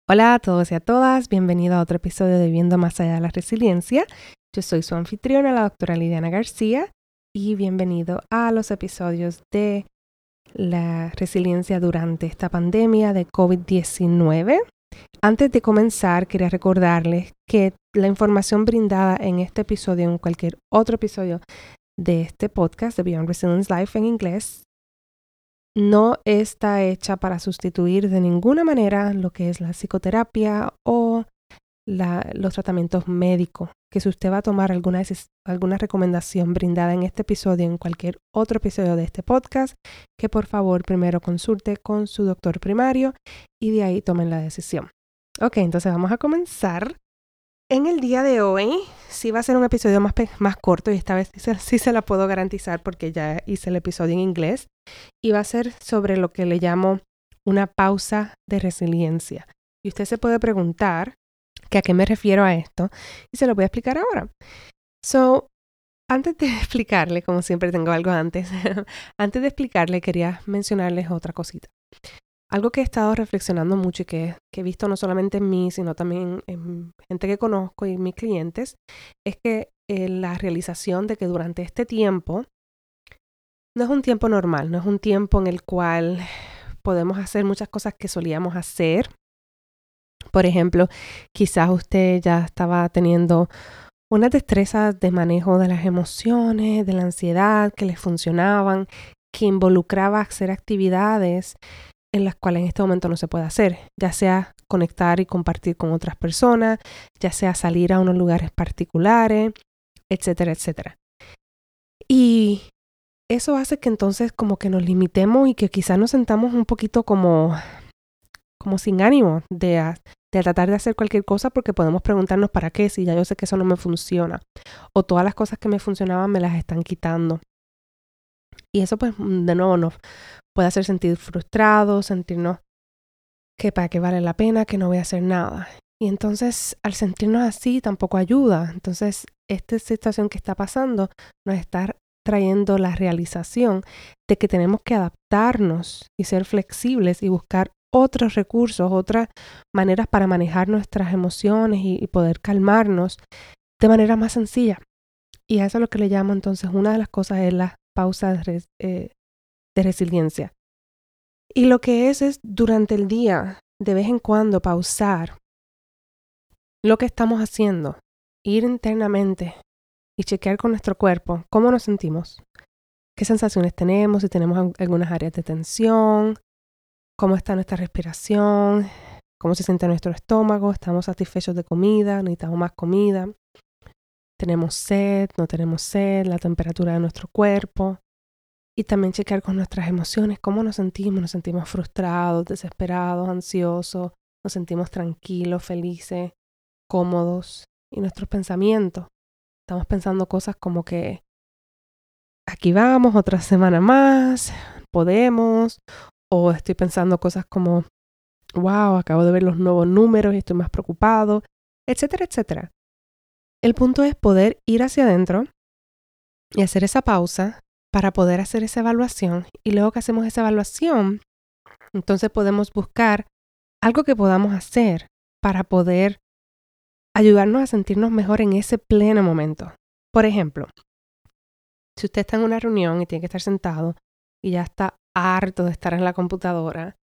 Hola a todos y a todas, bienvenido a otro episodio de Viendo Más Allá de la Resiliencia. Yo soy su anfitriona, la doctora Lidiana García, y bienvenido a los episodios de la resiliencia durante esta pandemia de COVID-19. Antes de comenzar, quería recordarles que la información brindada en este episodio, en cualquier otro episodio de este podcast de Beyond Resilience Life en inglés, no está hecha para sustituir de ninguna manera lo que es la psicoterapia o los tratamientos médicos. Que si usted va a tomar alguna recomendación brindada en este episodio, en cualquier otro episodio de este podcast, que por favor primero consulte con su doctor primario y de ahí tomen la decisión. Ok, entonces vamos a comenzar. En el día de hoy sí va a ser un episodio más corto y esta vez sí se la puedo garantizar porque ya hice el episodio en inglés y va a ser sobre lo que le llamo una pausa de resiliencia. Y usted se puede preguntar que a qué me refiero a esto y se lo voy a explicar ahora. Antes de explicarle, como siempre tengo algo antes, antes de explicarle quería mencionarles otra cosita. Algo que he estado reflexionando mucho y que he visto no solamente en mí, sino también en gente que conozco y mis clientes, es que la realización de que durante este tiempo no es un tiempo normal, no es un tiempo en el cual podemos hacer muchas cosas que solíamos hacer. Por ejemplo, quizás usted ya estaba teniendo unas destrezas de manejo de las emociones, de la ansiedad que les funcionaban, que involucraba hacer actividades en las cuales en este momento no se puede hacer, ya sea conectar y compartir con otras personas, ya sea salir a unos lugares particulares, etcétera, etcétera. Y eso hace que entonces como que nos limitemos y que quizás nos sentamos un poquito como sin ánimo de tratar de hacer cualquier cosa porque podemos preguntarnos para qué si ya yo sé que eso no me funciona o todas las cosas que me funcionaban me las están quitando. Y eso pues de nuevo nos puede hacer sentir frustrados, sentirnos que para qué vale la pena, que no voy a hacer nada. Y entonces al sentirnos así tampoco ayuda. Entonces esta situación que está pasando nos está trayendo la realización de que tenemos que adaptarnos y ser flexibles y buscar otros recursos, otras maneras para manejar nuestras emociones y poder calmarnos de manera más sencilla. Y a eso es lo que le llamo entonces una de las cosas es la pausa de resiliencia. Y lo que es durante el día, de vez en cuando, pausar lo que estamos haciendo, ir internamente y chequear con nuestro cuerpo cómo nos sentimos, qué sensaciones tenemos, si tenemos algunas áreas de tensión, cómo está nuestra respiración, cómo se siente nuestro estómago, estamos satisfechos de comida, necesitamos más comida, tenemos sed, no tenemos sed, la temperatura de nuestro cuerpo. Y también chequear con nuestras emociones, cómo nos sentimos frustrados, desesperados, ansiosos, nos sentimos tranquilos, felices, cómodos. Y nuestros pensamientos, estamos pensando cosas como que aquí vamos, otra semana más, podemos. O estoy pensando cosas como, wow, acabo de ver los nuevos números y estoy más preocupado, etcétera, etcétera. El punto es poder ir hacia adentro y hacer esa pausa para poder hacer esa evaluación y luego que hacemos esa evaluación, entonces podemos buscar algo que podamos hacer para poder ayudarnos a sentirnos mejor en ese pleno momento. Por ejemplo, si usted está en una reunión y tiene que estar sentado y ya está harto de estar en la computadora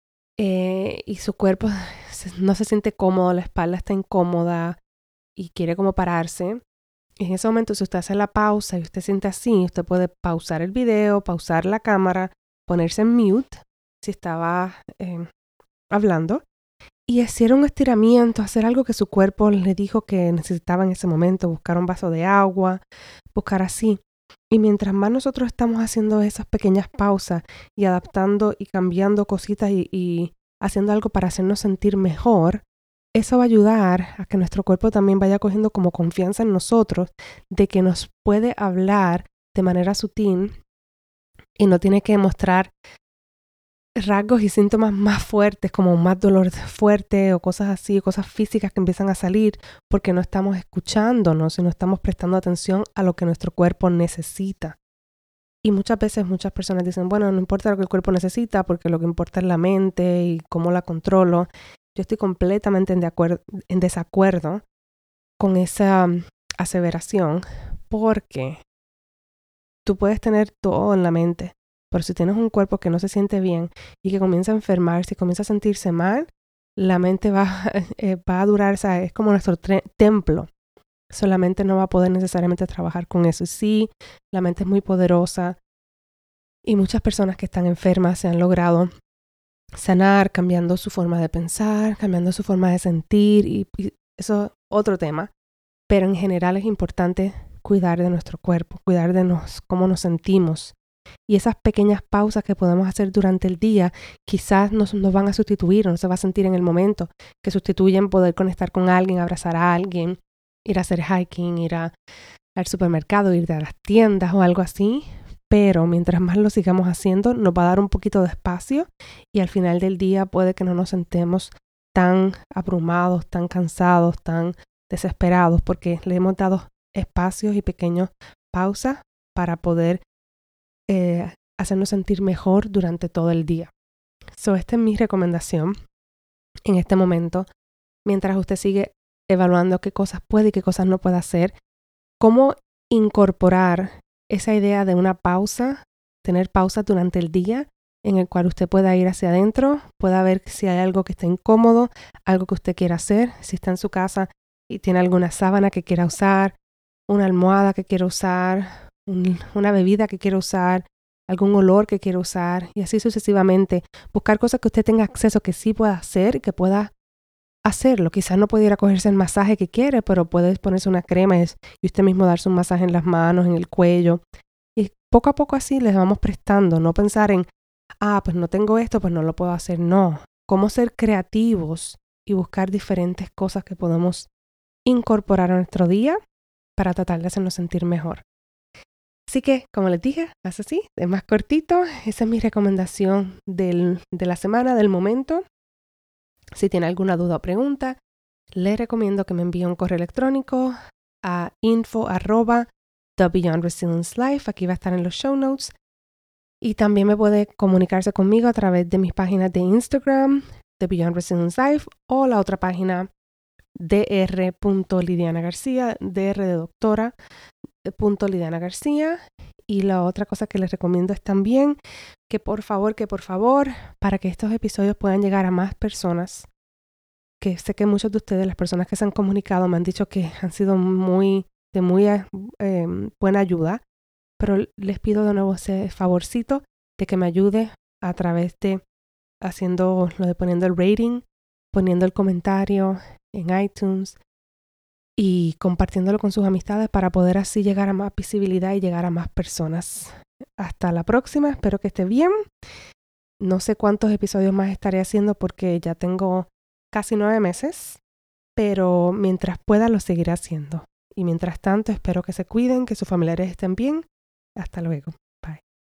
y su cuerpo no se siente cómodo, la espalda está incómoda y quiere como pararse, en ese momento, si usted hace la pausa y usted siente así, usted puede pausar el video, pausar la cámara, ponerse en mute si estaba hablando y hacer un estiramiento, hacer algo que su cuerpo le dijo que necesitaba en ese momento, buscar un vaso de agua, buscar así. Y mientras más nosotros estamos haciendo esas pequeñas pausas y adaptando y cambiando cositas y haciendo algo para hacernos sentir mejor, eso va a ayudar a que nuestro cuerpo también vaya cogiendo como confianza en nosotros de que nos puede hablar de manera sutil y no tiene que mostrar rasgos y síntomas más fuertes como más dolor fuerte o cosas así, cosas físicas que empiezan a salir porque no estamos escuchándonos y no estamos prestando atención a lo que nuestro cuerpo necesita. Y muchas veces muchas personas dicen, bueno, no importa lo que el cuerpo necesita porque lo que importa es la mente y cómo la controlo. Yo estoy completamente en desacuerdo con esa aseveración, porque tú puedes tener todo en la mente, pero si tienes un cuerpo que no se siente bien y que comienza a enfermarse y comienza a sentirse mal, la mente va a durar, o sea, es como nuestro templo. Solamente no va a poder necesariamente trabajar con eso. Y sí, la mente es muy poderosa y muchas personas que están enfermas se han logrado sanar cambiando su forma de pensar, cambiando su forma de sentir y eso es otro tema. Pero en general es importante cuidar de nuestro cuerpo, cuidar de cómo nos sentimos. Y esas pequeñas pausas que podemos hacer durante el día quizás nos van a sustituir, no se va a sentir en el momento, que sustituyen poder conectar con alguien, abrazar a alguien, ir a hacer hiking, ir al supermercado, ir a las tiendas o algo así. Pero mientras más lo sigamos haciendo, nos va a dar un poquito de espacio y al final del día puede que no nos sentemos tan abrumados, tan cansados, tan desesperados, porque le hemos dado espacios y pequeñas pausas para poder hacernos sentir mejor durante todo el día. Esta es mi recomendación en este momento, mientras usted sigue evaluando qué cosas puede y qué cosas no puede hacer, cómo incorporar esa idea de una pausa, tener pausas durante el día en el cual usted pueda ir hacia adentro, pueda ver si hay algo que está incómodo, algo que usted quiera hacer, si está en su casa y tiene alguna sábana que quiera usar, una almohada que quiera usar, una bebida que quiera usar, algún olor que quiera usar y así sucesivamente. Buscar cosas que usted tenga acceso que sí pueda hacer y que pueda hacerlo. Quizás no pudiera cogerse el masaje que quiere, pero puede ponerse una crema y usted mismo darse un masaje en las manos, en el cuello. Y poco a poco así les vamos prestando. No pensar en, pues no tengo esto, pues no lo puedo hacer. No. Cómo ser creativos y buscar diferentes cosas que podemos incorporar a nuestro día para tratar de hacernos sentir mejor. Así que, como les dije, es así, es más cortito. Esa es mi recomendación de la semana, del momento. Si tiene alguna duda o pregunta, les recomiendo que me envíe un correo electrónico a info@TheBeyondResilienceLife. Aquí va a estar en los show notes. Y también me puede comunicarse conmigo a través de mis páginas de Instagram, The Beyond Resilience Life, o la otra página, dr.lidianagarcia, dr de doctora, .Lidiana García. Y la otra cosa que les recomiendo es también que por favor, para que estos episodios puedan llegar a más personas, que sé que muchos de ustedes, las personas que se han comunicado, me han dicho que han sido de muy buena ayuda, pero les pido de nuevo ese favorcito de que me ayude a través de haciendo lo de poniendo el rating, poniendo el comentario en iTunes y compartiéndolo con sus amistades para poder así llegar a más visibilidad y llegar a más personas. Hasta la próxima, espero que esté bien. No sé cuántos episodios más estaré haciendo porque ya tengo casi 9 meses, pero mientras pueda lo seguiré haciendo. Y mientras tanto espero que se cuiden, que sus familiares estén bien. Hasta luego.